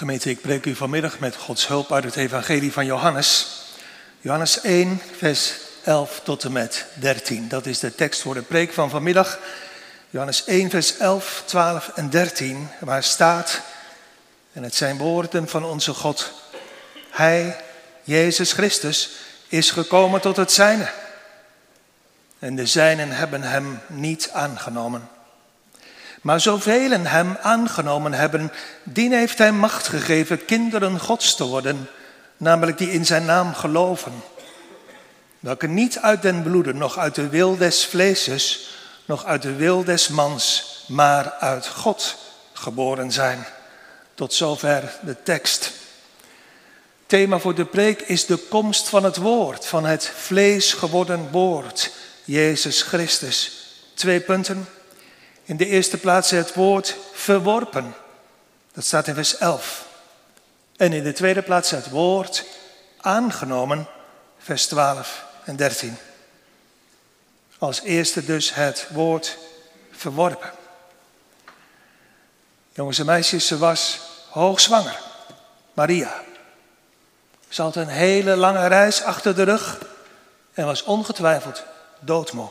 Gemeente, ik preek u vanmiddag met Gods hulp uit het evangelie van Johannes. Johannes 1, vers 11 tot en met 13. Dat is de tekst voor de preek van vanmiddag. Johannes 1, vers 11, 12 en 13, waar staat, en het zijn woorden van onze God. Hij, Jezus Christus, is gekomen tot het zijne. En de zijnen hebben hem niet aangenomen. Maar zoveel hem aangenomen hebben, dien heeft hij macht gegeven kinderen Gods te worden, namelijk die in zijn naam geloven. Welke niet uit den bloede, nog uit de wil des vleeses, nog uit de wil des mans, maar uit God geboren zijn. Tot zover de tekst. Thema voor de preek is de komst van het woord, van het vlees geworden woord, Jezus Christus. 2 punten. In de eerste plaats het woord verworpen. Dat staat in vers 11. En in de tweede plaats het woord aangenomen, vers 12 en 13. Als eerste dus het woord verworpen. Jongens en meisjes, ze was hoogzwanger. Maria. Ze had een hele lange reis achter de rug en was ongetwijfeld doodmoe.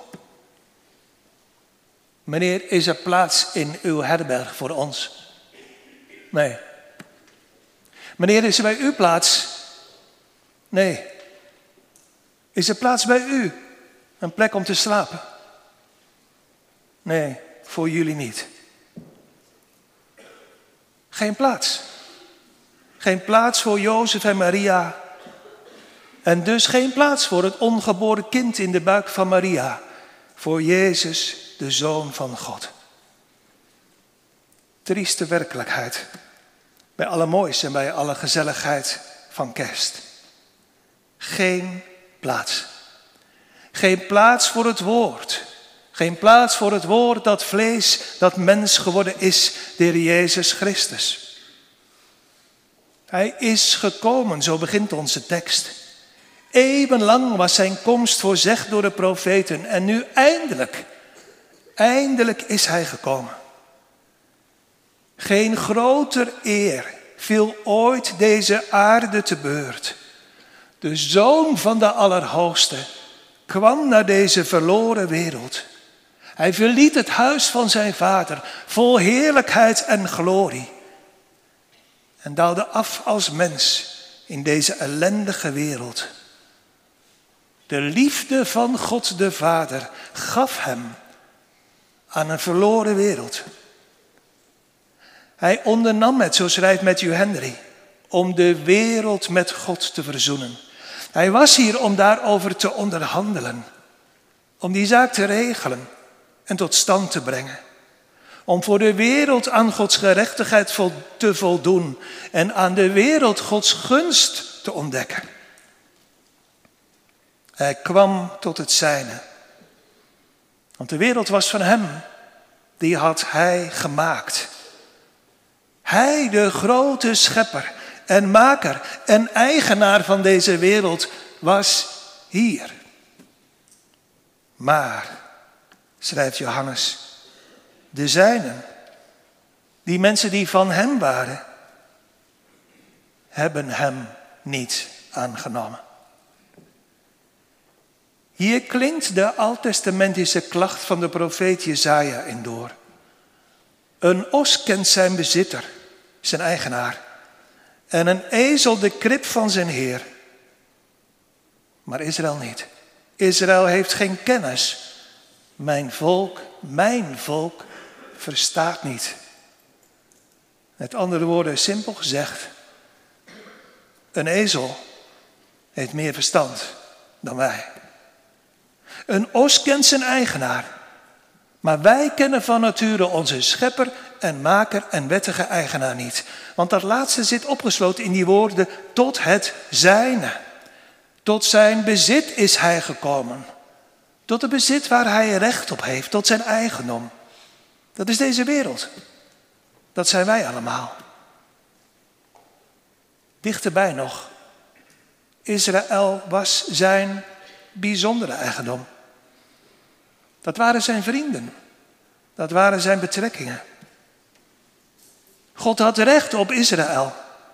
Meneer, is er plaats in uw herberg voor ons? Nee. Meneer, is er bij u plaats? Nee. Is er plaats bij u? Een plek om te slapen? Nee, voor jullie niet. Geen plaats. Geen plaats voor Jozef en Maria. En dus geen plaats voor het ongeboren kind in de buik van Maria. Voor Jezus, de Zoon van God. Trieste werkelijkheid. Bij alle moois en bij alle gezelligheid van kerst. Geen plaats. Geen plaats voor het woord. Geen plaats voor het woord dat vlees, dat mens geworden is, de Heer Jezus Christus. Hij is gekomen, zo begint onze tekst. Eeuwenlang was zijn komst voorzegd door de profeten en nu eindelijk is hij gekomen. Geen groter eer viel ooit deze aarde te beurt. De Zoon van de Allerhoogste kwam naar deze verloren wereld. Hij verliet het huis van zijn vader, vol heerlijkheid en glorie. En daalde af als mens in deze ellendige wereld. De liefde van God de Vader gaf hem aan een verloren wereld. Hij ondernam het, zo schrijft Matthew Henry, om de wereld met God te verzoenen. Hij was hier om daarover te onderhandelen, om die zaak te regelen en tot stand te brengen. Om voor de wereld aan Gods gerechtigheid te voldoen en aan de wereld Gods gunst te ontdekken. Hij kwam tot het zijne. Want de wereld was van hem. Die had hij gemaakt. Hij, de grote schepper en maker en eigenaar van deze wereld, was hier. Maar, schrijft Johannes, de zijnen, die mensen die van hem waren, hebben hem niet aangenomen. Hier klinkt de alttestamentische klacht van de profeet Jesaja in door. Een os kent zijn bezitter, zijn eigenaar, en een ezel de krib van zijn heer. Maar Israël niet. Israël heeft geen kennis. Mijn volk verstaat niet. Met andere woorden, simpel gezegd, een ezel heeft meer verstand dan wij. Een os kent zijn eigenaar, maar wij kennen van nature onze schepper en maker en wettige eigenaar niet. Want dat laatste zit opgesloten in die woorden, tot het zijne. Tot zijn bezit is hij gekomen. Tot het bezit waar hij recht op heeft, tot zijn eigendom. Dat is deze wereld. Dat zijn wij allemaal. Dichterbij nog, Israël was zijn bijzondere eigendom. Dat waren zijn vrienden. Dat waren zijn betrekkingen. God had recht op Israël.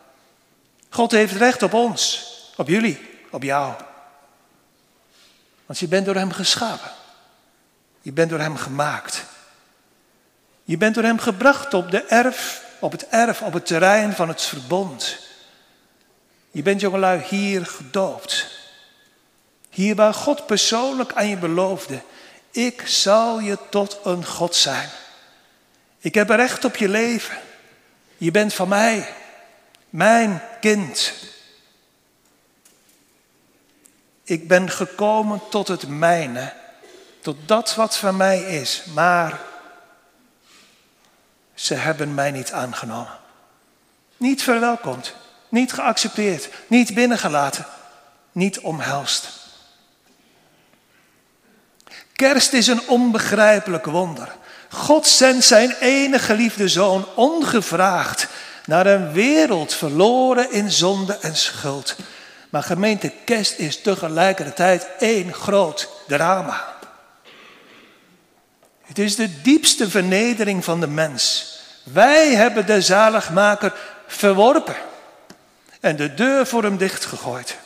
God heeft recht op ons, op jullie, op jou. Want je bent door hem geschapen. Je bent door hem gemaakt. Je bent door hem gebracht op het terrein van het verbond. Je bent, jongelui, hier gedoopt. Hier waar God persoonlijk aan je beloofde: ik zal je tot een God zijn. Ik heb recht op je leven. Je bent van mij, mijn kind. Ik ben gekomen tot het mijne, tot dat wat van mij is, maar ze hebben mij niet aangenomen. Niet verwelkomd, niet geaccepteerd, niet binnengelaten, niet omhelst. Kerst is een onbegrijpelijk wonder. God zendt zijn enige geliefde zoon ongevraagd naar een wereld verloren in zonde en schuld. Maar gemeente, kerst is tegelijkertijd één groot drama. Het is de diepste vernedering van de mens. Wij hebben de zaligmaker verworpen en de deur voor hem dichtgegooid.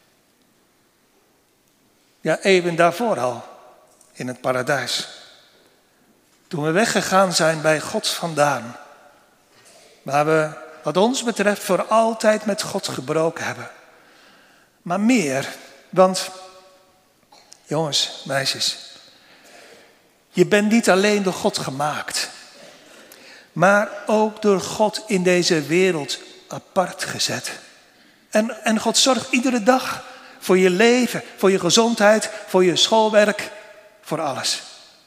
Ja, even daarvoor al, in het paradijs. Toen we weggegaan zijn bij God vandaan. Waar we, wat ons betreft, voor altijd met God gebroken hebben. Maar meer, want, jongens, meisjes, je bent niet alleen door God gemaakt, maar ook door God in deze wereld apart gezet. En God zorgt iedere dag voor je leven, voor je gezondheid, voor je schoolwerk, voor alles.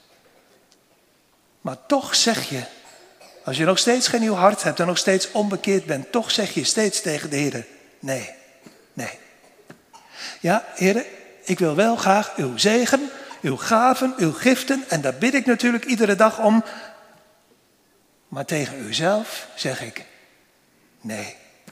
Maar toch zeg je, als je nog steeds geen nieuw hart hebt en nog steeds onbekeerd bent, toch zeg je steeds tegen de Heer: nee, nee. Ja, Heer, ik wil wel graag uw zegen, uw gaven, uw giften, en daar bid ik natuurlijk iedere dag om. Maar tegen uzelf zeg ik nee.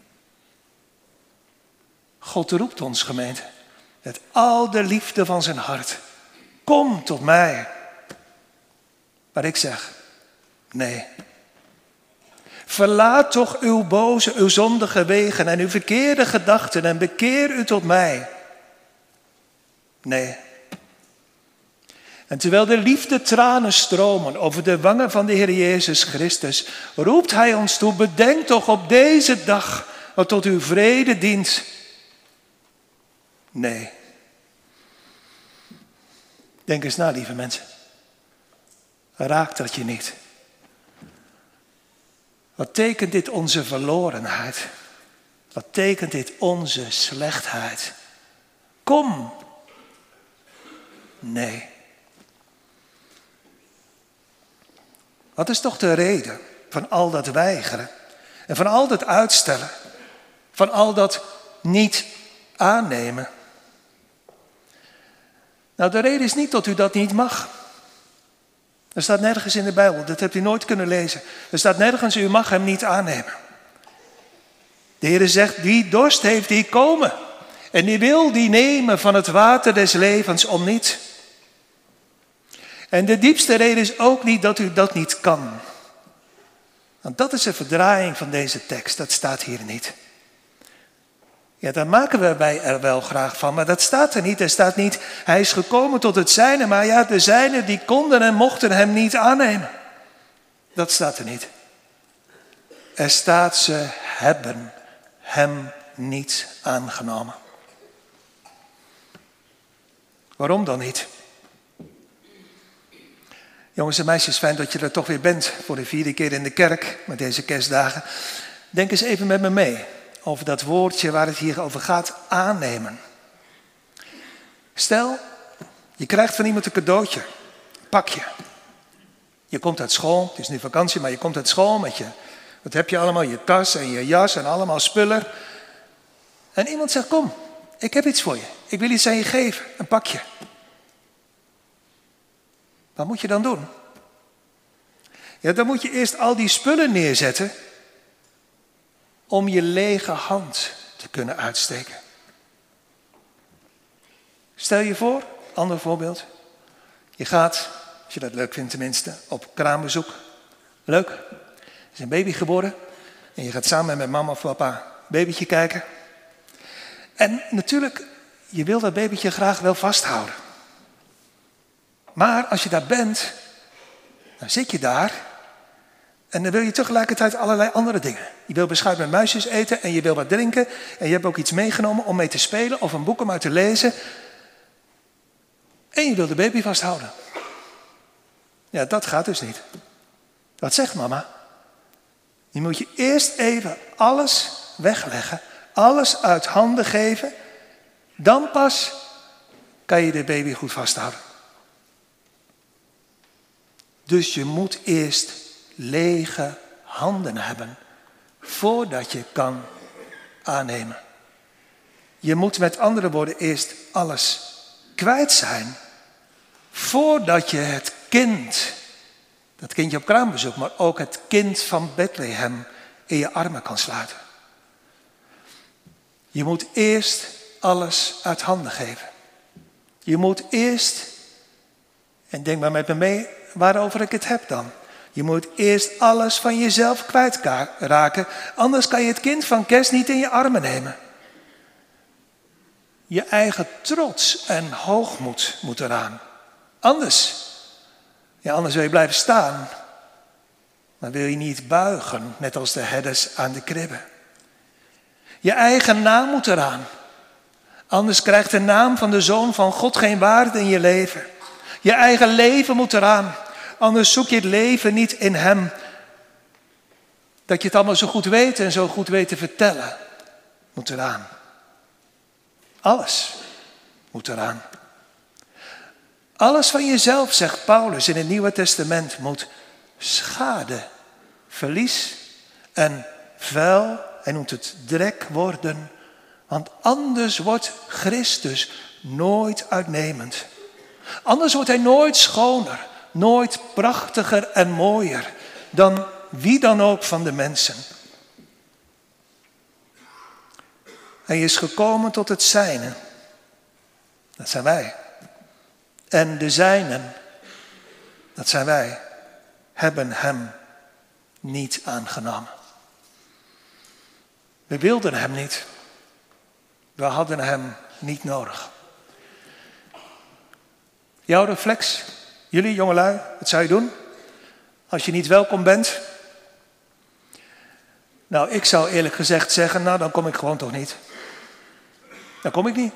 God roept ons, gemeente, met al de liefde van zijn hart: kom tot mij. Maar ik zeg nee. Verlaat toch uw boze, uw zondige wegen en uw verkeerde gedachten en bekeer u tot mij. Nee. En terwijl de liefde tranen stromen over de wangen van de Heer Jezus Christus, roept hij ons toe: bedenk toch op deze dag wat tot uw vrede dient. Nee. Denk eens na, lieve mensen. Raakt dat je niet? Wat tekent dit onze verlorenheid? Wat tekent dit onze slechtheid? Kom. Nee. Wat is toch de reden van al dat weigeren? En van al dat uitstellen? Van al dat niet aannemen? Nou, de reden is niet dat u dat niet mag. Er staat nergens in de Bijbel, dat hebt u nooit kunnen lezen. Er staat nergens: u mag hem niet aannemen. De Heer zegt: wie dorst heeft, die komen. En die wil, die nemen van het water des levens om niet. En de diepste reden is ook niet dat u dat niet kan. Want dat is de verdraaiing van deze tekst, dat staat hier niet. Ja, daar maken we wij er wel graag van, maar dat staat er niet. Er staat niet: hij is gekomen tot het zijne, maar ja, de zijnen die konden en mochten hem niet aannemen. Dat staat er niet. Er staat: ze hebben hem niet aangenomen. Waarom dan niet? Jongens en meisjes, fijn dat je er toch weer bent voor de 4e keer in de kerk met deze kerstdagen. Denk eens even met me mee over dat woordje waar het hier over gaat: aannemen. Stel, je krijgt van iemand een cadeautje, een pakje. Je komt uit school, het is nu vakantie, maar je komt uit school met je, wat heb je allemaal, je tas en je jas en allemaal spullen. En iemand zegt: kom, ik heb iets voor je. Ik wil iets aan je geven, een pakje. Wat moet je dan doen? Ja, dan moet je eerst al die spullen neerzetten om je lege hand te kunnen uitsteken. Stel je voor, ander voorbeeld. Je gaat, als je dat leuk vindt tenminste, op kraambezoek. Leuk. Er is een baby geboren en je gaat samen met mama of papa babytje kijken. En natuurlijk, je wil dat babytje graag wel vasthouden. Maar als je daar bent, dan zit je daar en dan wil je tegelijkertijd allerlei andere dingen. Je wil beschuit met muisjes eten en je wil wat drinken en je hebt ook iets meegenomen om mee te spelen of een boek om uit te lezen. En je wil de baby vasthouden. Ja, dat gaat dus niet. Wat zegt mama? Je moet je eerst even alles wegleggen, alles uit handen geven. Dan pas kan je de baby goed vasthouden. Dus je moet eerst lege handen hebben voordat je kan aannemen. Je moet met andere woorden eerst alles kwijt zijn voordat je het kind, dat kindje op kraambezoek, maar ook het kind van Bethlehem in je armen kan sluiten. Je moet eerst alles uit handen geven. Je moet eerst, en denk maar met me mee waarover ik het heb dan. Je moet eerst alles van jezelf kwijtraken, anders kan je het kind van Kerst niet in je armen nemen. Je eigen trots en hoogmoed moet eraan. Anders wil je blijven staan. Maar wil je niet buigen, net als de herders aan de kribbe. Je eigen naam moet eraan. Anders krijgt de naam van de Zoon van God geen waarde in je leven. Je eigen leven moet eraan. Anders zoek je het leven niet in Hem. Dat je het allemaal zo goed weet en zo goed weet te vertellen. Moet eraan. Alles moet eraan. Alles van jezelf, zegt Paulus in het Nieuwe Testament, moet schade, verlies en vuil, hij noemt het drek worden. Want anders wordt Christus nooit uitnemend. Anders wordt hij nooit schoner, nooit prachtiger en mooier dan wie dan ook van de mensen. Hij is gekomen tot het zijne. Dat zijn wij. En de zijnen, dat zijn wij, hebben hem niet aangenomen. We wilden hem niet. We hadden hem niet nodig. Jouw reflex, jullie jongelui, wat zou je doen als je niet welkom bent? Nou, ik zou eerlijk gezegd zeggen, nou dan kom ik gewoon toch niet. Dan kom ik niet.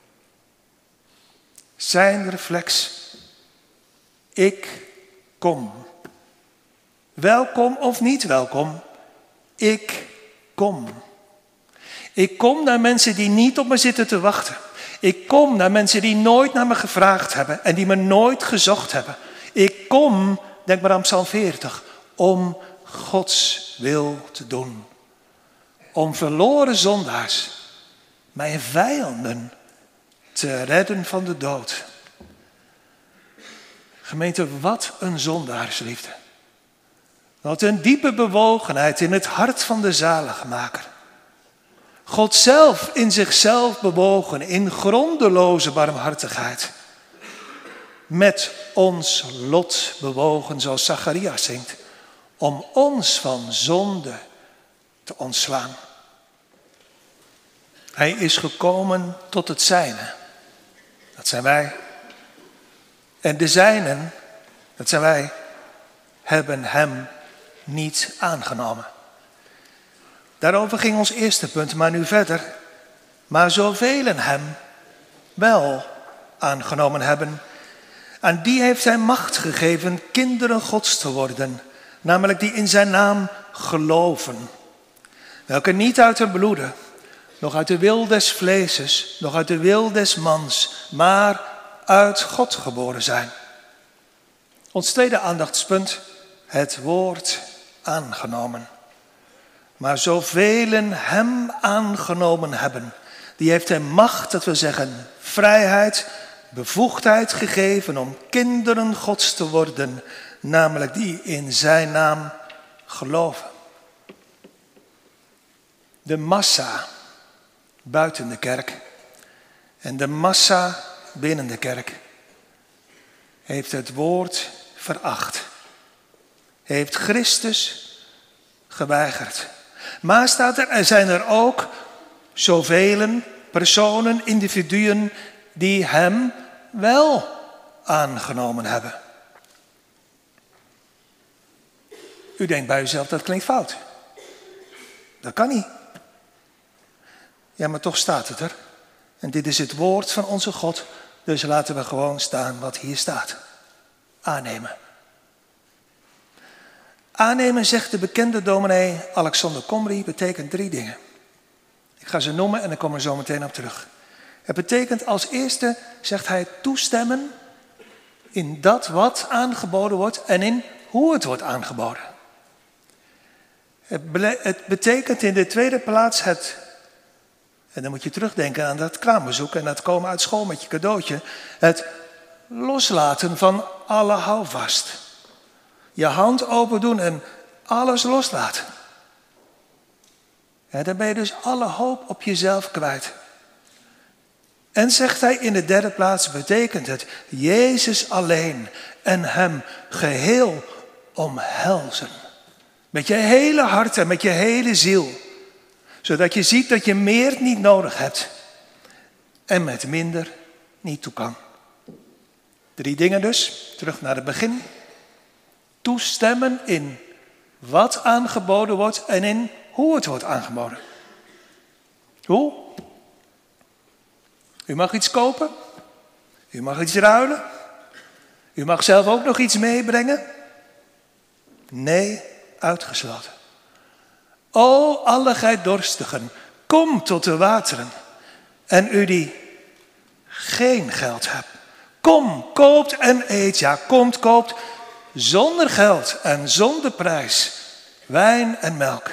Zijn reflex. Ik kom. Welkom of niet welkom. Ik kom. Ik kom naar mensen die niet op me zitten te wachten. Ik kom naar mensen die nooit naar me gevraagd hebben en die me nooit gezocht hebben. Ik kom, denk maar aan Psalm 40, om Gods wil te doen. Om verloren zondaars, mijn vijanden, te redden van de dood. Gemeente, wat een zondaarsliefde. Wat een diepe bewogenheid in het hart van de zaligmaker. God zelf in zichzelf bewogen in grondeloze barmhartigheid. Met ons lot bewogen, zoals Zacharias zingt. Om ons van zonde te ontslaan. Hij is gekomen tot het zijne. Dat zijn wij. En de zijnen, dat zijn wij, hebben hem niet aangenomen. Daarover ging ons eerste punt, maar nu verder. Maar zoveel hem wel aangenomen hebben, aan die heeft hij macht gegeven kinderen Gods te worden. Namelijk die in zijn naam geloven. Welke niet uit de bloeden, nog uit de wil des vleeses, nog uit de wil des mans, maar uit God geboren zijn. Ons tweede aandachtspunt, het woord aangenomen. Maar zoveel hem aangenomen hebben, die heeft hem macht, dat wil zeggen vrijheid, bevoegdheid gegeven om kinderen Gods te worden, namelijk die in zijn naam geloven. De massa buiten de kerk en de massa binnen de kerk heeft het woord veracht. Heeft Christus geweigerd. Maar staat er zijn er ook zoveel, personen, individuen die hem wel aangenomen hebben. U denkt bij uzelf, dat klinkt fout. Dat kan niet. Ja, maar toch staat het er. En dit is het woord van onze God. Dus laten we gewoon staan wat hier staat. Aannemen. Aannemen, zegt de bekende dominee Alexander Comrie, betekent 3 dingen. Ik ga ze noemen en dan komen we zo meteen op terug. Het betekent als eerste, zegt hij, toestemmen in dat wat aangeboden wordt en in hoe het wordt aangeboden. Het betekent in de tweede plaats en dan moet je terugdenken aan dat kraambezoek en dat komen uit school met je cadeautje. Het loslaten van alle houvast. Je hand open doen en alles loslaten. Ja, dan ben je dus alle hoop op jezelf kwijt. En zegt hij in de derde plaats, betekent het Jezus alleen en hem geheel omhelzen. Met je hele hart en met je hele ziel. Zodat je ziet dat je meer niet nodig hebt. En met minder niet toe kan. 3 dingen dus, terug naar het begin. Toestemmen in wat aangeboden wordt en in hoe het wordt aangeboden. Hoe? U mag iets kopen. U mag iets ruilen. U mag zelf ook nog iets meebrengen. Nee, uitgesloten. O, alle gij dorstigen, kom tot de wateren. En u die geen geld hebt, kom, koopt en eet. Ja, komt, koopt zonder geld en zonder prijs wijn en melk.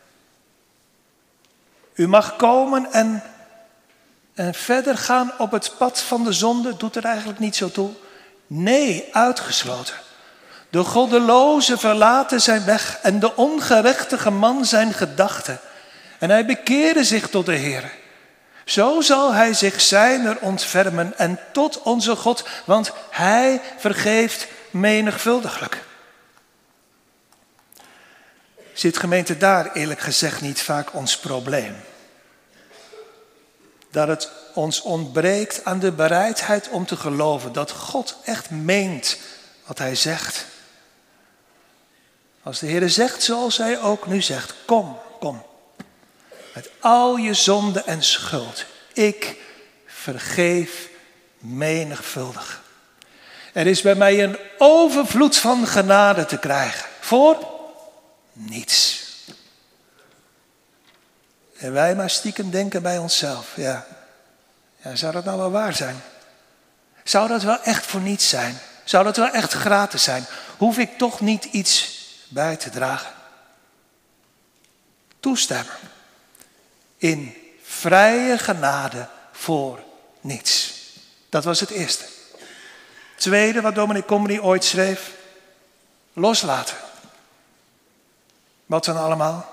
U mag komen en verder gaan op het pad van de zonde, doet er eigenlijk niet zo toe. Nee, uitgesloten. De goddeloze verlaten zijn weg en de ongerechtige man zijn gedachten. En hij bekeerde zich tot de Heer. Zo zal hij zich zijner ontfermen en tot onze God, want hij vergeeft menigvuldiglijk. Zit gemeente daar eerlijk gezegd niet vaak ons probleem? Dat het ons ontbreekt aan de bereidheid om te geloven dat God echt meent wat hij zegt. Als de Heer zegt zoals hij ook nu zegt, kom, kom. Met al je zonde en schuld. Ik vergeef menigvuldig. Er is bij mij een overvloed van genade te krijgen. Voor niets. En wij maar stiekem denken bij onszelf. Ja, zou dat nou wel waar zijn? Zou dat wel echt voor niets zijn? Zou dat wel echt gratis zijn? Hoef ik toch niet iets bij te dragen? Toestemmen. In vrije genade voor niets. Dat was het eerste. Tweede wat dominee Comrie ooit schreef. Loslaten. Wat dan allemaal?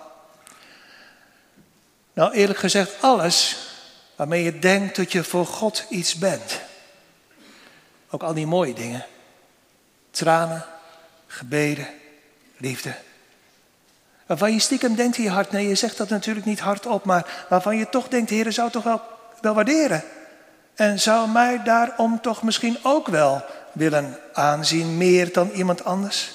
Nou, eerlijk gezegd, alles waarmee je denkt dat je voor God iets bent. Ook al die mooie dingen. Tranen, gebeden, liefde. Waarvan je stiekem denkt in je hart, nee, je zegt dat natuurlijk niet hardop, maar waarvan je toch denkt, de Heer zou toch wel waarderen. En zou mij daarom toch misschien ook wel willen aanzien, meer dan iemand anders.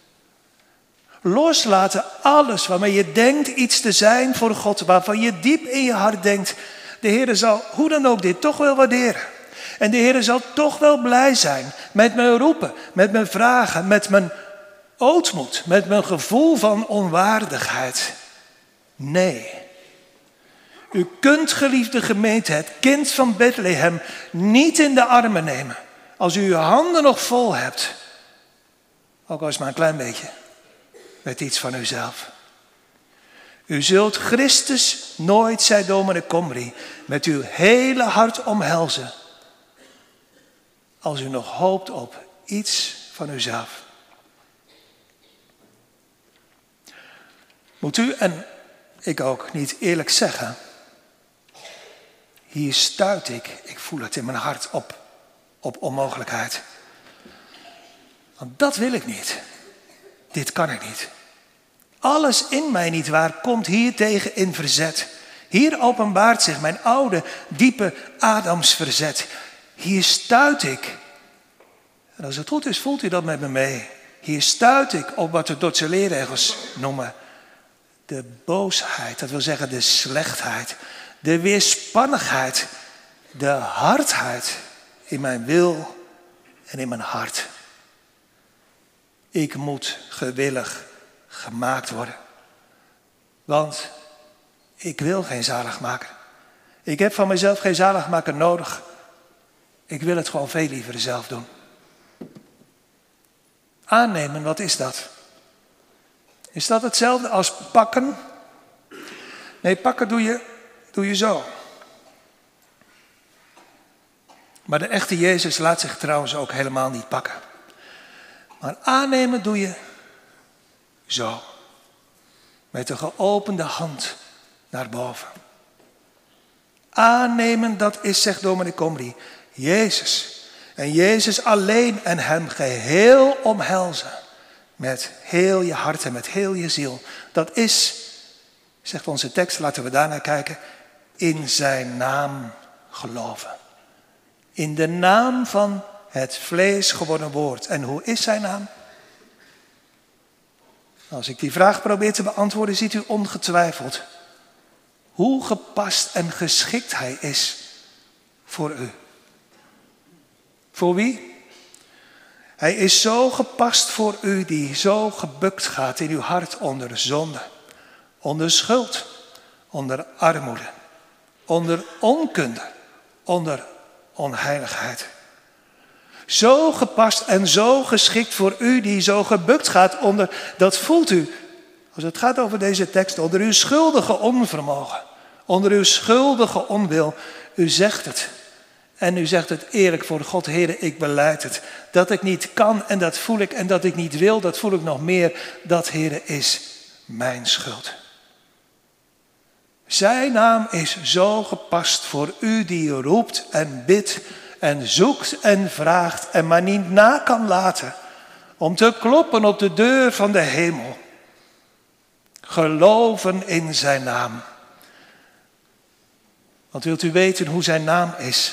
Loslaten alles waarmee je denkt iets te zijn voor God, waarvan je diep in je hart denkt, de Heer zal hoe dan ook dit toch wel waarderen. En de Heer zal toch wel blij zijn met mijn roepen, met mijn vragen, met mijn ootmoed, met mijn gevoel van onwaardigheid. Nee. U kunt, geliefde gemeente, het kind van Bethlehem niet in de armen nemen. Als u uw handen nog vol hebt. Ook al is het maar een klein beetje. Met iets van uzelf. U zult Christus nooit, zei dominee Comrie, met uw hele hart omhelzen. Als u nog hoopt op iets van uzelf. Moet u en ik ook niet eerlijk zeggen. Hier stuit ik voel het in mijn hart op onmogelijkheid. Want dat wil ik niet. Dit kan ik niet. Alles in mij niet waar komt hier tegen in verzet. Hier openbaart zich mijn oude, diepe Adamsverzet. Hier stuit ik. En als het goed is, voelt u dat met me mee. Hier stuit ik op wat de Dordtse leerregels noemen de boosheid. Dat wil zeggen de slechtheid, de weerspannigheid, de hardheid in mijn wil en in mijn hart. Ik moet gewillig gemaakt worden. Want ik wil geen zaligmaker. Ik heb van mezelf geen zaligmaker nodig. Ik wil het gewoon veel liever zelf doen. Aannemen, wat is dat? Is dat hetzelfde als pakken? Nee, pakken doe je zo. Maar de echte Jezus laat zich trouwens ook helemaal niet pakken. Maar aannemen doe je zo. Met de geopende hand naar boven. Aannemen, dat is, zegt dominee Comrie, Jezus. En Jezus alleen en hem geheel omhelzen. Met heel je hart en met heel je ziel. Dat is, zegt onze tekst, laten we daarnaar kijken, in zijn naam geloven. In de naam van het vlees geworden woord. En hoe is zijn naam? Als ik die vraag probeer te beantwoorden, ziet u ongetwijfeld hoe gepast en geschikt hij is voor u. Voor wie? Hij is zo gepast voor u die zo gebukt gaat in uw hart onder zonde, onder schuld, onder armoede, onder onkunde, onder onheiligheid. Zo gepast en zo geschikt voor u die zo gebukt gaat onder, dat voelt u, als het gaat over deze tekst, onder uw schuldige onvermogen, onder uw schuldige onwil. U zegt het. En u zegt het eerlijk voor God, Heere, ik belijd het. Dat ik niet kan en dat voel ik en dat ik niet wil, dat voel ik nog meer. Dat, Heere, is mijn schuld. Zijn naam is zo gepast voor u die roept en bidt en zoekt en vraagt en maar niet na kan laten om te kloppen op de deur van de hemel. Geloven in zijn naam. Want wilt u weten hoe zijn naam is?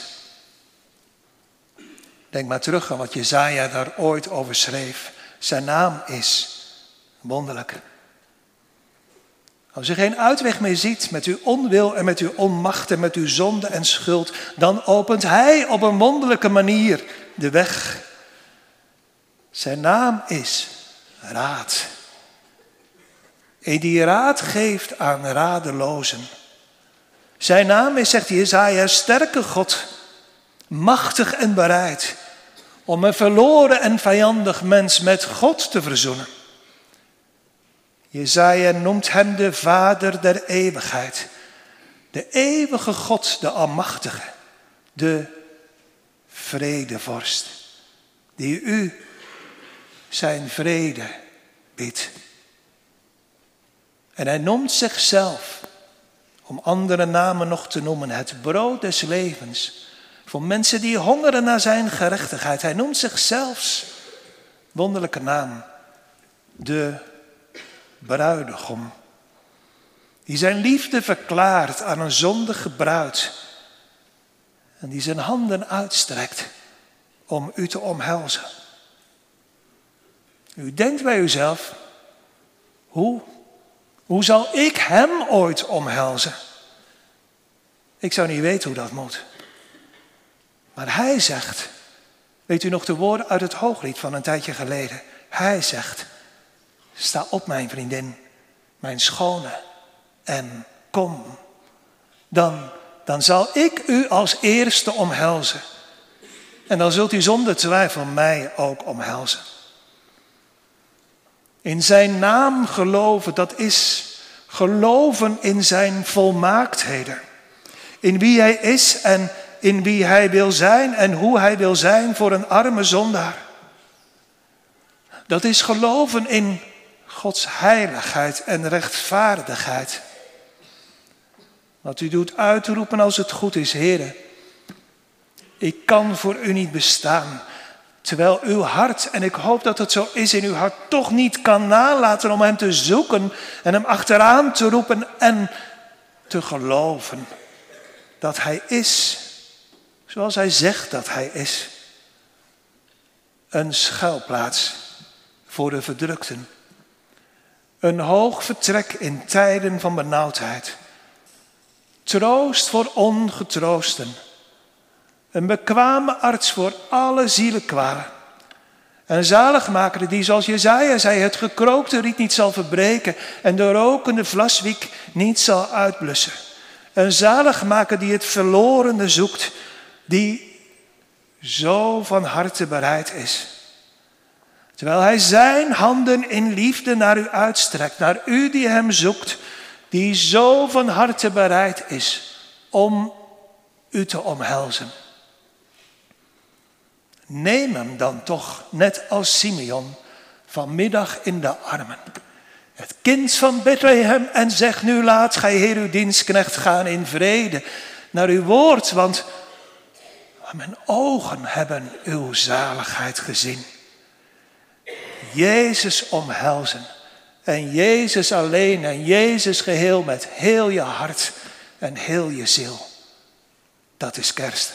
Denk maar terug aan wat Jesaja daar ooit over schreef. Zijn naam is wonderlijk. Als u geen uitweg meer ziet met uw onwil en met uw onmacht en met uw zonde en schuld, dan opent hij op een wonderlijke manier de weg. Zijn naam is raad. En die raad geeft aan radelozen. Zijn naam is, zegt Jesaja, sterke God, machtig en bereid om een verloren en vijandig mens met God te verzoenen. Jesaja noemt hem de Vader der eeuwigheid. De eeuwige God, de Almachtige, de vredevorst, die u zijn vrede biedt. En hij noemt zichzelf, om andere namen nog te noemen, het brood des levens. Voor mensen die hongeren naar zijn gerechtigheid. Hij noemt zichzelf, wonderlijke naam, de bruidegom. Die zijn liefde verklaart aan een zondige bruid. En die zijn handen uitstrekt om u te omhelzen. U denkt bij uzelf, hoe zal ik hem ooit omhelzen? Ik zou niet weten hoe dat moet. Maar hij zegt, weet u nog de woorden uit het Hooglied van een tijdje geleden? Hij zegt, sta op mijn vriendin, mijn schone, en kom. Dan zal ik u als eerste omhelzen. En dan zult u zonder twijfel mij ook omhelzen. In zijn naam geloven, dat is geloven in zijn volmaaktheden. In wie hij is en in wie hij wil zijn en hoe hij wil zijn voor een arme zondaar. Dat is geloven in Gods heiligheid en rechtvaardigheid. Wat u doet uitroepen als het goed is, Heere. Ik kan voor u niet bestaan. Terwijl uw hart, en ik hoop dat het zo is in uw hart, toch niet kan nalaten om hem te zoeken en hem achteraan te roepen en te geloven dat hij is zoals hij zegt dat hij is. Een schuilplaats voor de verdrukten. Een hoog vertrek in tijden van benauwdheid. Troost voor ongetroosten. Een bekwame arts voor alle zielekwalen. Een zaligmaker die zoals Jesaja zei het gekrookte riet niet zal verbreken en de rokende vlaswiek niet zal uitblussen. Een zaligmaker die het verlorene zoekt, die zo van harte bereid is. Terwijl hij zijn handen in liefde naar u uitstrekt, naar u die hem zoekt, die zo van harte bereid is om u te omhelzen. Neem hem dan toch, net als Simeon, vanmiddag in de armen. Het kind van Bethlehem en zeg nu laat gij Heer uw dienstknecht gaan in vrede naar uw woord, want mijn ogen hebben uw zaligheid gezien. Jezus omhelzen en Jezus alleen en Jezus geheel met heel je hart en heel je ziel. Dat is kerst.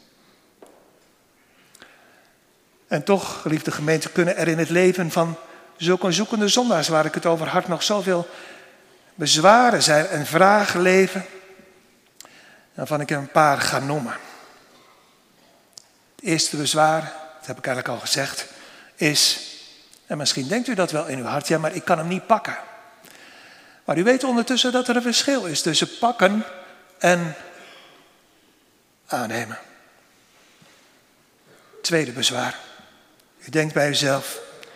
En toch, geliefde gemeente, kunnen er in het leven van zulke zoekende zondaars waar ik het over had nog zoveel bezwaren zijn en vragen leven, waarvan ik er een paar ga noemen. Het eerste bezwaar, dat heb ik eigenlijk al gezegd, is, en misschien denkt u dat wel in uw hart, ja, maar ik kan hem niet pakken. Maar u weet ondertussen dat er een verschil is tussen pakken en aannemen. Tweede bezwaar. U denkt bij uzelf,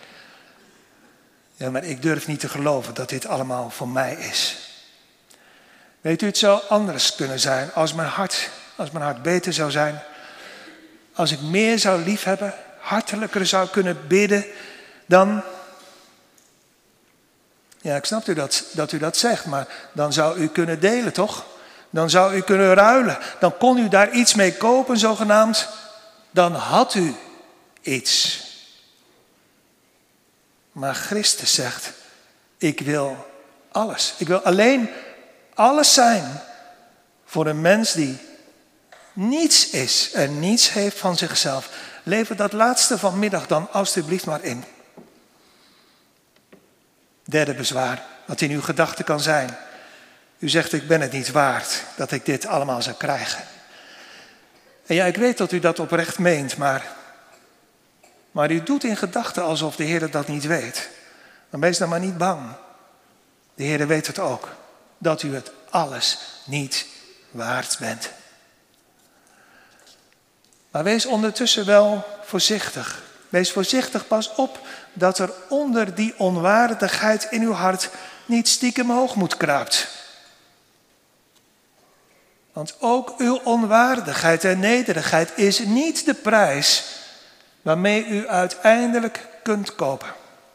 ja, maar ik durf niet te geloven dat dit allemaal voor mij is. Weet u, het zou anders kunnen zijn als mijn hart beter zou zijn. Als ik meer zou liefhebben, hartelijker zou kunnen bidden, dan... Ja, ik snap dat u dat zegt, maar dan zou u kunnen delen, toch? Dan zou u kunnen ruilen. Dan kon u daar iets mee kopen, zogenaamd. Dan had u iets. Maar Christus zegt, ik wil alles. Ik wil alleen alles zijn voor een mens die niets is en niets heeft van zichzelf. Lever dat laatste vanmiddag dan alstublieft maar in. Derde bezwaar, wat in uw gedachten kan zijn. U zegt, ik ben het niet waard dat ik dit allemaal zou krijgen. En ja, ik weet dat u dat oprecht meent, maar u doet in gedachten alsof de Heer dat niet weet. Dan wees dan maar niet bang. De Heer weet het ook, dat u het alles niet waard bent. Maar wees ondertussen wel voorzichtig. Wees voorzichtig, pas op dat er onder die onwaardigheid in uw hart niet stiekem hoogmoed kruipt. Want ook uw onwaardigheid en nederigheid is niet de prijs waarmee u uiteindelijk kunt kopen.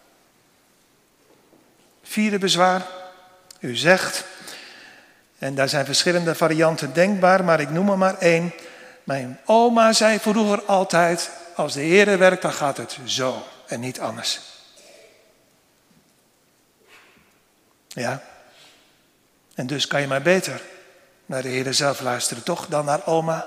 Vierde bezwaar. U zegt, en daar zijn verschillende varianten denkbaar, maar ik noem er maar één. Mijn oma zei vroeger altijd, als de Heer werkt, dan gaat het zo en niet anders. Ja, en dus kan je maar beter naar de Heer zelf luisteren, toch, dan naar oma.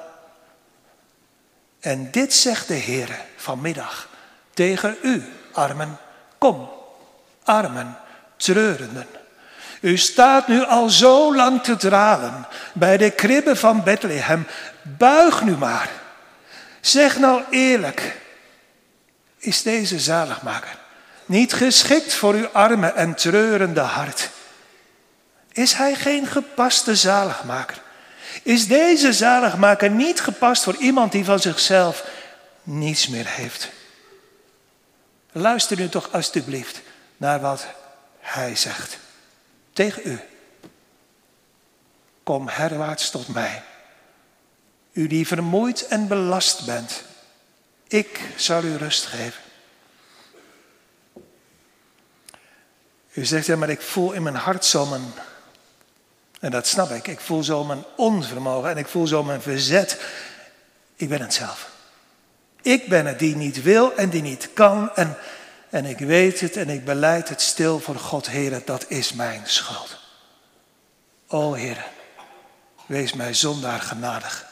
En dit zegt de Heer vanmiddag tegen u, armen. Kom, armen, treurenden. U staat nu al zo lang te dralen bij de kribbe van Bethlehem. Buig nu maar. Zeg nou eerlijk, is deze zaligmaker niet geschikt voor uw arme en treurende hart? Is hij geen gepaste zaligmaker? Is deze zaligmaker niet gepast voor iemand die van zichzelf niets meer heeft? Luister nu toch alstublieft naar wat hij zegt. Tegen u. Kom herwaarts tot mij. U die vermoeid en belast bent. Ik zal u rust geven. U zegt, ja, maar ik voel in mijn hart zo mijn... En dat snap ik. Ik voel zo mijn onvermogen en ik voel zo mijn verzet. Ik ben het zelf. Ik ben het die niet wil en die niet kan. En ik weet het en ik belijd het stil voor God. Heer, dat is mijn schuld. O Heer, wees mij zondaar genadig.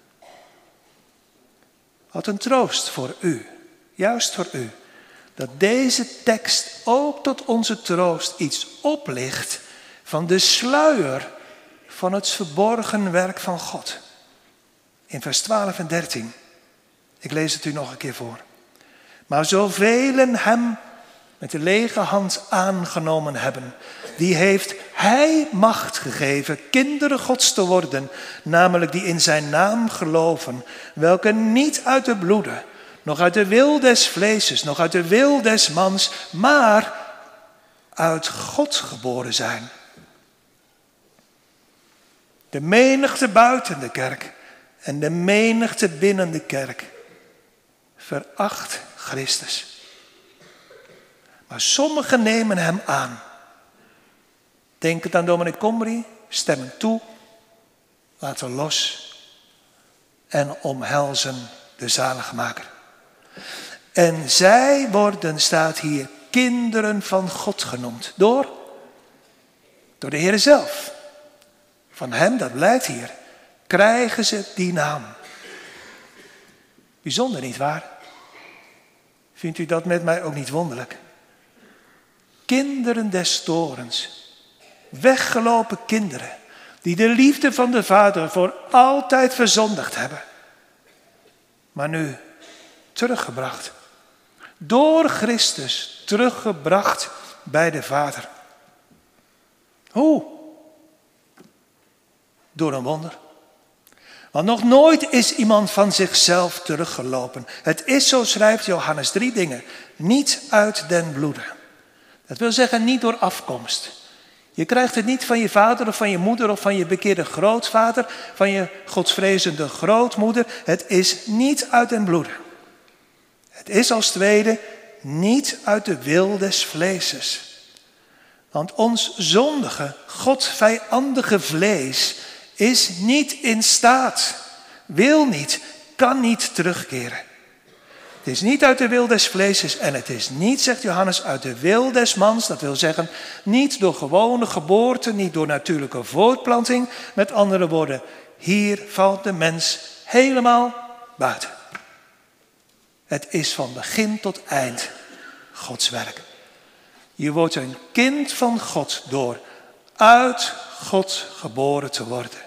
Wat een troost voor u, juist voor u, dat deze tekst ook tot onze troost iets oplicht van de sluier van het verborgen werk van God. In vers 12 en 13. Ik lees het u nog een keer voor. Maar zoveel hem met de lege hand aangenomen hebben, die heeft hij macht gegeven kinderen Gods te worden, namelijk die in zijn naam geloven, welke niet uit de bloeden, nog uit de wil des vleeses, nog uit de wil des mans, maar uit God geboren zijn. De menigte buiten de kerk en de menigte binnen de kerk veracht Christus. Maar sommigen nemen hem aan. Denkend aan dominee Combry, stemmen toe, laten los en omhelzen de zaligmaker. En zij worden, staat hier, kinderen van God genoemd. Door de Heer zelf. Van hem, dat blijkt hier, krijgen ze die naam. Bijzonder, nietwaar? Vindt u dat met mij ook niet wonderlijk? Kinderen des torens. Weggelopen kinderen. Die de liefde van de Vader voor altijd verzondigd hebben. Maar nu teruggebracht. Door Christus teruggebracht bij de Vader. Hoe? Door een wonder. Want nog nooit is iemand van zichzelf teruggelopen. Het is, zo schrijft Johannes, 3 dingen. Niet uit den bloede. Dat wil zeggen niet door afkomst. Je krijgt het niet van je vader of van je moeder of van je bekeerde grootvader, van je godsvrezende grootmoeder. Het is niet uit den bloede. Het is als tweede niet uit de wil des vleeses. Want ons zondige, godvijandige vlees is niet in staat, wil niet, kan niet terugkeren. Het is niet uit de wil des vleeses en het is niet, zegt Johannes, uit de wil des mans. Dat wil zeggen, niet door gewone geboorte, niet door natuurlijke voortplanting. Met andere woorden, hier valt de mens helemaal buiten. Het is van begin tot eind Gods werk. Je wordt een kind van God door uit God geboren te worden.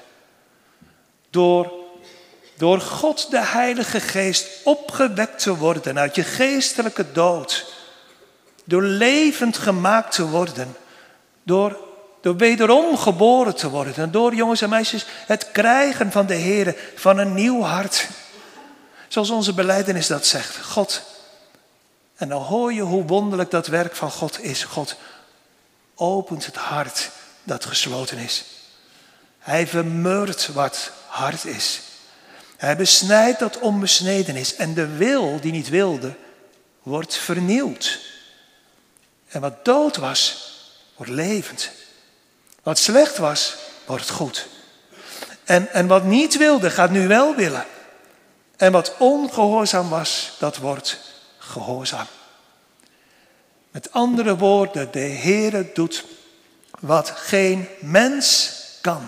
Door God de Heilige Geest opgewekt te worden uit je geestelijke dood. Door levend gemaakt te worden. Door wederom geboren te worden. En door, jongens en meisjes, het krijgen van de Heer van een nieuw hart. Zoals onze belijdenis dat zegt. God. En dan hoor je hoe wonderlijk dat werk van God is. God opent het hart dat gesloten is. Hij vermurwt wat hard is. Hij besnijdt dat onbesneden is. En de wil die niet wilde, wordt vernieuwd. En wat dood was, wordt levend. Wat slecht was, wordt goed. En wat niet wilde, gaat nu wel willen. En wat ongehoorzaam was, dat wordt gehoorzaam. Met andere woorden, de Heere doet wat geen mens kan.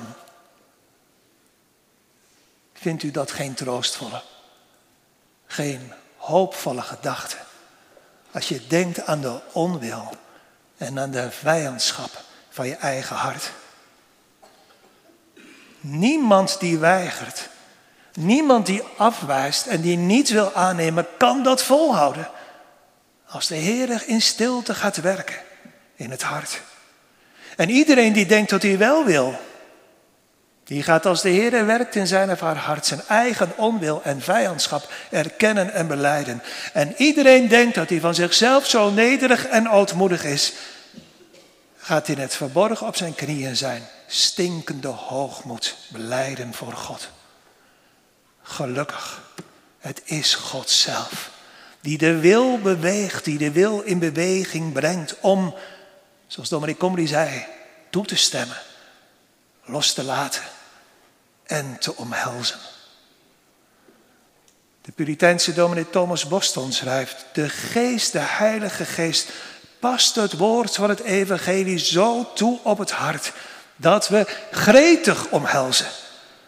Vindt u dat geen troostvolle, geen hoopvolle gedachte? Als je denkt aan de onwil en aan de vijandschap van je eigen hart. Niemand die weigert, niemand die afwijst en die niet wil aannemen, kan dat volhouden. Als de Heer in stilte gaat werken in het hart. En iedereen die denkt dat hij wel wil, die gaat als de Heer werkt in zijn of haar hart zijn eigen onwil en vijandschap erkennen en belijden. En iedereen denkt dat hij van zichzelf zo nederig en ootmoedig is, gaat in het verborgen op zijn knieën zijn stinkende hoogmoed belijden voor God. Gelukkig, het is God zelf die de wil beweegt, die de wil in beweging brengt om, zoals dominee Combry zei, toe te stemmen, los te laten en te omhelzen. De Puriteinse dominee Thomas Boston schrijft: de Geest, de Heilige Geest, past het woord van het evangelie zo toe op het hart dat we gretig omhelzen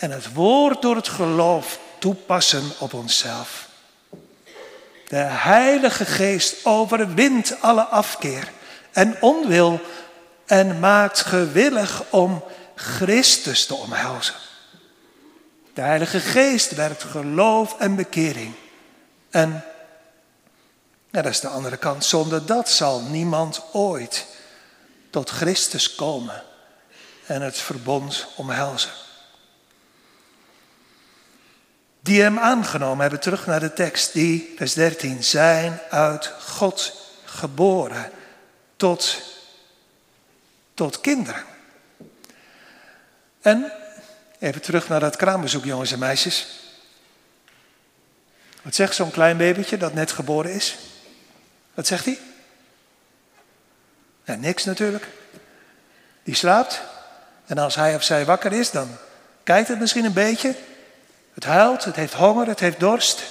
en het woord door het geloof toepassen op onszelf. De Heilige Geest overwint alle afkeer en onwil en maakt gewillig om Christus te omhelzen. De Heilige Geest werkt geloof en bekering. En dat is de andere kant. Zonder dat zal niemand ooit tot Christus komen en het verbond omhelzen. Die hem aangenomen hebben, terug naar de tekst, die, vers 13, zijn uit God geboren tot kinderen. En, even terug naar dat kraambezoek, jongens en meisjes. Wat zegt zo'n klein babytje dat net geboren is? Wat zegt hij? Ja, niks natuurlijk. Die slaapt. En als hij of zij wakker is, dan kijkt het misschien een beetje. Het huilt, het heeft honger, het heeft dorst.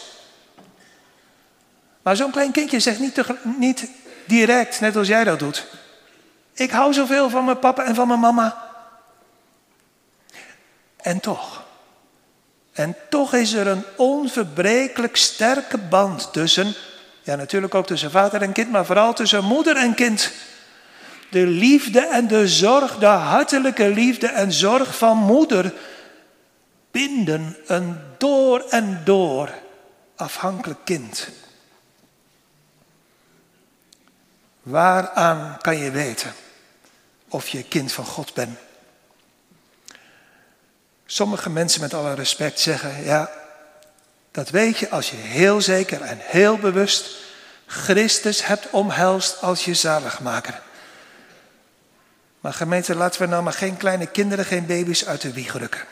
Maar zo'n klein kindje zegt niet direct, net als jij dat doet. Ik hou zoveel van mijn papa en van mijn mama. En toch is er een onverbrekelijk sterke band tussen, ja natuurlijk ook tussen vader en kind, maar vooral tussen moeder en kind. De liefde en de zorg, de hartelijke liefde en zorg van moeder binden een door en door afhankelijk kind. Waaraan kan je weten of je kind van God bent? Sommige mensen met alle respect zeggen, ja, dat weet je als je heel zeker en heel bewust Christus hebt omhelst als je zaligmaker. Maar gemeente, laten we nou maar geen kleine kinderen, geen baby's uit de wieg rukken.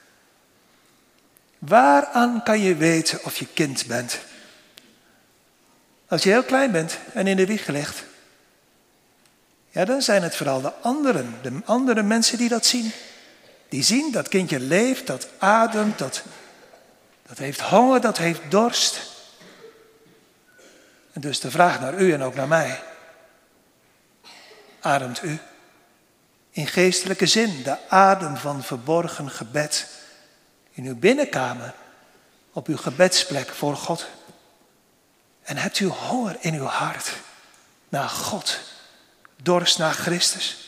Waaraan kan je weten of je kind bent? Als je heel klein bent en in de wieg ligt. Ja, dan zijn het vooral de andere mensen die dat zien. Die zien dat kindje leeft, dat ademt, dat heeft honger, dat heeft dorst. En dus de vraag naar u en ook naar mij. Ademt u? In geestelijke zin, de adem van verborgen gebed. In uw binnenkamer, op uw gebedsplek voor God. En hebt u honger in uw hart naar God, dorst naar Christus?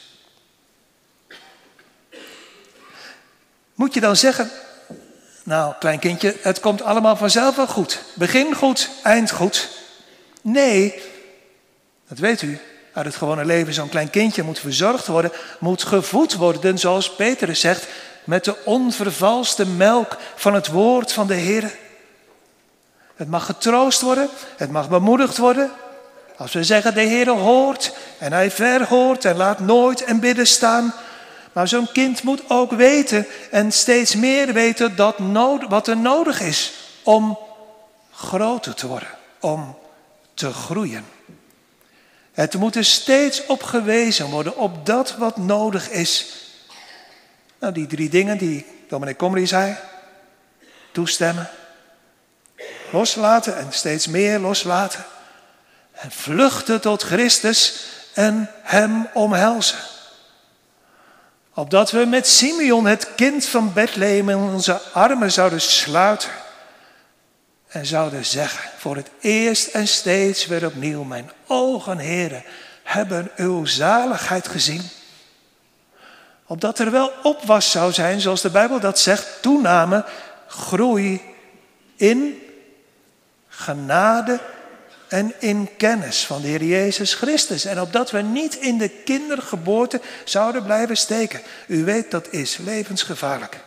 Moet je dan zeggen, nou klein kindje, het komt allemaal vanzelf wel goed. Begin goed, eind goed. Nee, dat weet u. Uit het gewone leven, zo'n klein kindje moet verzorgd worden, moet gevoed worden, zoals Petrus zegt, met de onvervalste melk van het woord van de Heer. Het mag getroost worden, het mag bemoedigd worden. Als we zeggen, de Heer hoort en hij verhoort en laat nooit en bidden staan. Maar zo'n kind moet ook weten en steeds meer weten wat er nodig is om groter te worden, om te groeien. Het moet er steeds op gewezen worden, op dat wat nodig is. Nou, die 3 dingen die dominee Komri zei. Toestemmen, loslaten en steeds meer loslaten. En vluchten tot Christus en hem omhelzen. Opdat we met Simeon het kind van Bethlehem in onze armen zouden sluiten. En zouden zeggen, voor het eerst en steeds weer opnieuw, mijn ogen, Heere, hebben uw zaligheid gezien. Opdat er wel opwas zou zijn, zoals de Bijbel dat zegt, toename, groei in genade en in kennis van de Heer Jezus Christus. En opdat we niet in de kindergeboorte zouden blijven steken. U weet, dat is levensgevaarlijk.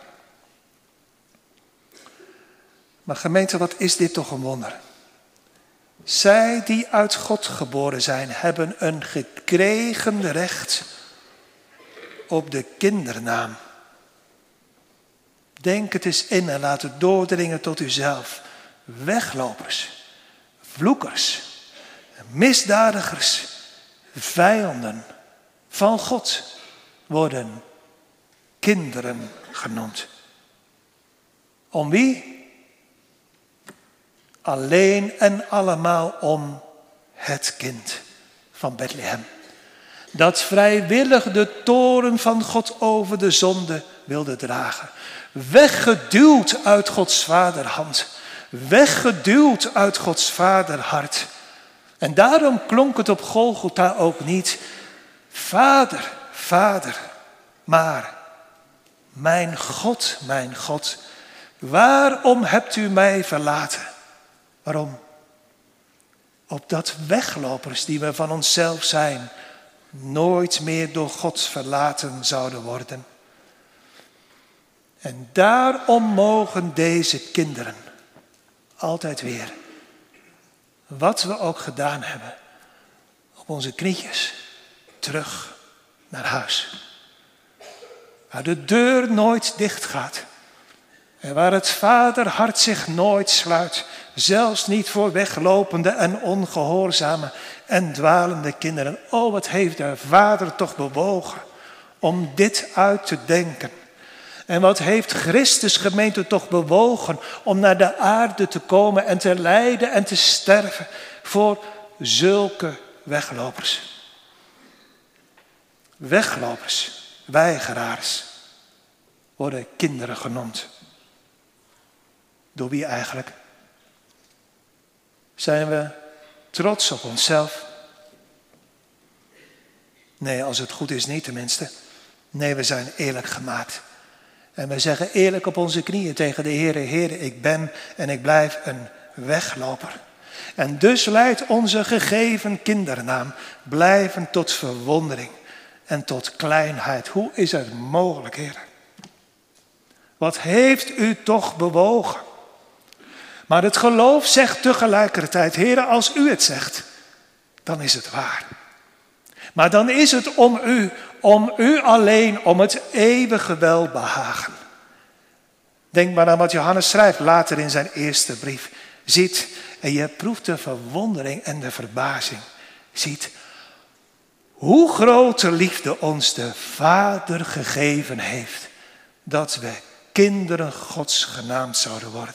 Maar gemeente, wat is dit toch een wonder. Zij die uit God geboren zijn, hebben een gekregen recht op de kindernaam. Denk het eens in en laat het doordringen tot uzelf. Weglopers, vloekers, misdadigers, vijanden van God worden kinderen genoemd. Om wie? Alleen en allemaal om het kind van Bethlehem. Dat vrijwillig de toorn van God over de zonde wilde dragen. Weggeduwd uit Gods vaderhand. Weggeduwd uit Gods vaderhart. En daarom klonk het op Golgotha ook niet: Vader, Vader, maar mijn God, waarom hebt u mij verlaten? Waarom? Opdat weglopers die we van onszelf zijn, nooit meer door God verlaten zouden worden. En daarom mogen deze kinderen altijd weer, wat we ook gedaan hebben, op onze knietjes terug naar huis. Waar de deur nooit dicht gaat. En waar het vaderhart zich nooit sluit. Zelfs niet voor weglopende en ongehoorzame en dwalende kinderen. Oh, wat heeft de Vader toch bewogen om dit uit te denken. En wat heeft Christus gemeente toch bewogen om naar de aarde te komen en te lijden en te sterven voor zulke weglopers. Weglopers, weigeraars, worden kinderen genoemd. Door wie eigenlijk? Zijn we trots op onszelf? Nee, als het goed is niet tenminste. Nee, we zijn eerlijk gemaakt. En we zeggen eerlijk op onze knieën tegen de Heere: Heere, ik ben en ik blijf een wegloper. En dus leidt onze gegeven kindernaam blijven tot verwondering en tot kleinheid. Hoe is het mogelijk, Heer? Wat heeft u toch bewogen? Maar het geloof zegt tegelijkertijd: Heer, als u het zegt, dan is het waar. Maar dan is het om u alleen, om het eeuwige welbehagen. Denk maar aan wat Johannes schrijft later in zijn eerste brief. Ziet, en je proeft de verwondering en de verbazing. Ziet, hoe grote liefde ons de Vader gegeven heeft, dat we kinderen Gods genaamd zouden worden.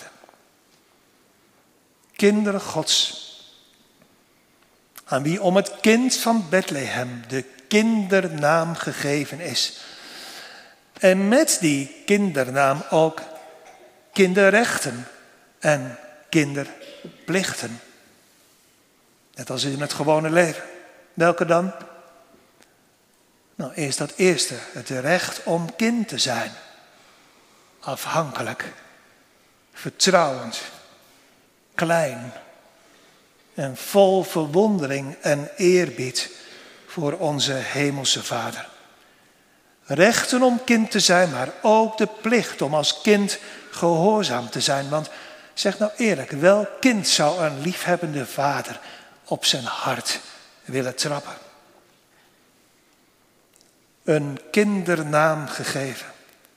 Kinderen Gods, aan wie om het kind van Bethlehem de kindernaam gegeven is. En met die kindernaam ook kinderrechten en kinderplichten. Net als in het gewone leven. Welke dan? Nou, eerst dat eerste, het recht om kind te zijn. Afhankelijk, vertrouwend, klein en vol verwondering en eerbied voor onze hemelse Vader. Rechten om kind te zijn, maar ook de plicht om als kind gehoorzaam te zijn. Want zeg nou eerlijk, welk kind zou een liefhebbende vader op zijn hart willen trappen? Een kindernaam gegeven.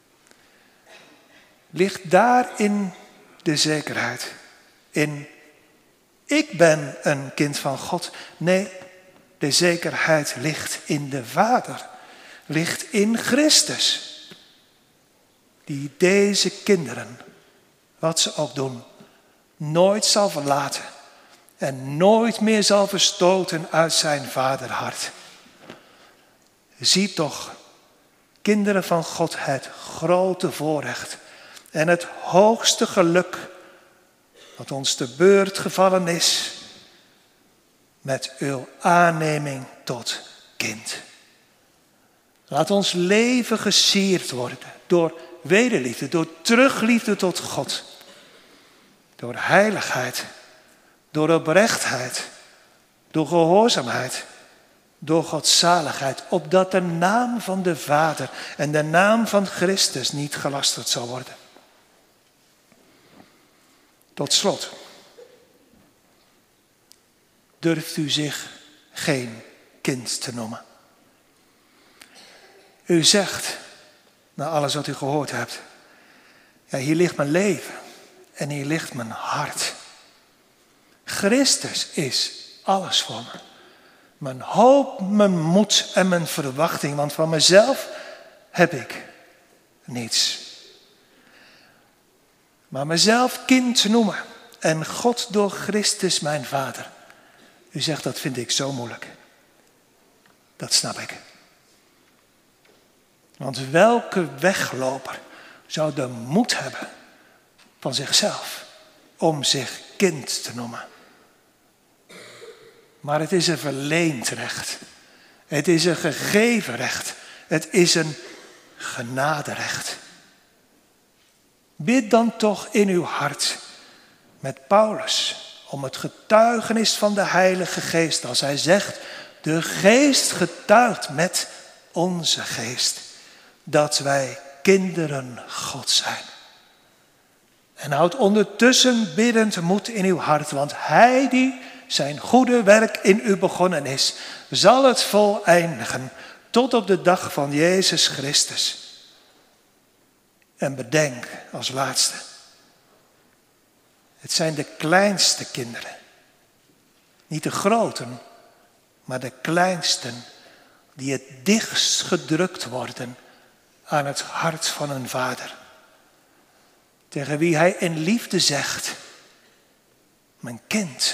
Ligt daarin de zekerheid? In, ik ben een kind van God. Nee, de zekerheid ligt in de Vader. Ligt in Christus. Die deze kinderen, wat ze ook doen, nooit zal verlaten. En nooit meer zal verstoten uit zijn vaderhart. Zie toch, kinderen van God, het grote voorrecht en het hoogste geluk wat ons te beurt gevallen is met uw aanneming tot kind. Laat ons leven gesierd worden door wederliefde, door terugliefde tot God. Door heiligheid, door oprechtheid, door gehoorzaamheid, door godzaligheid. Opdat de naam van de Vader en de naam van Christus niet gelasterd zal worden. Tot slot. Durft u zich geen kind te noemen? U zegt, na alles wat u gehoord hebt, ja, hier ligt mijn leven en hier ligt mijn hart. Christus is alles voor me. Mijn hoop, mijn moed en mijn verwachting, want van mezelf heb ik niets. Maar mezelf kind noemen en God door Christus mijn Vader. U zegt, dat vind ik zo moeilijk. Dat snap ik. Want welke wegloper zou de moed hebben van zichzelf om zich kind te noemen? Maar het is een verleend recht. Het is een gegeven recht. Het is een genaderecht. Bid dan toch in uw hart met Paulus om het getuigenis van de Heilige Geest. Als hij zegt, de Geest getuigt met onze geest dat wij kinderen God zijn. En houd ondertussen biddend moed in uw hart, want hij die zijn goede werk in u begonnen is, zal het voleindigen tot op de dag van Jezus Christus. En bedenk als laatste, het zijn de kleinste kinderen, niet de groten, maar de kleinsten die het dichtst gedrukt worden aan het hart van een vader. Tegen wie hij in liefde zegt, mijn kind.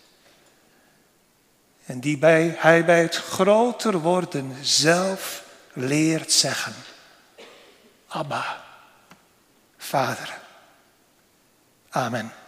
En die hij bij het groter worden zelf leert zeggen, Abba, Vader. Amen.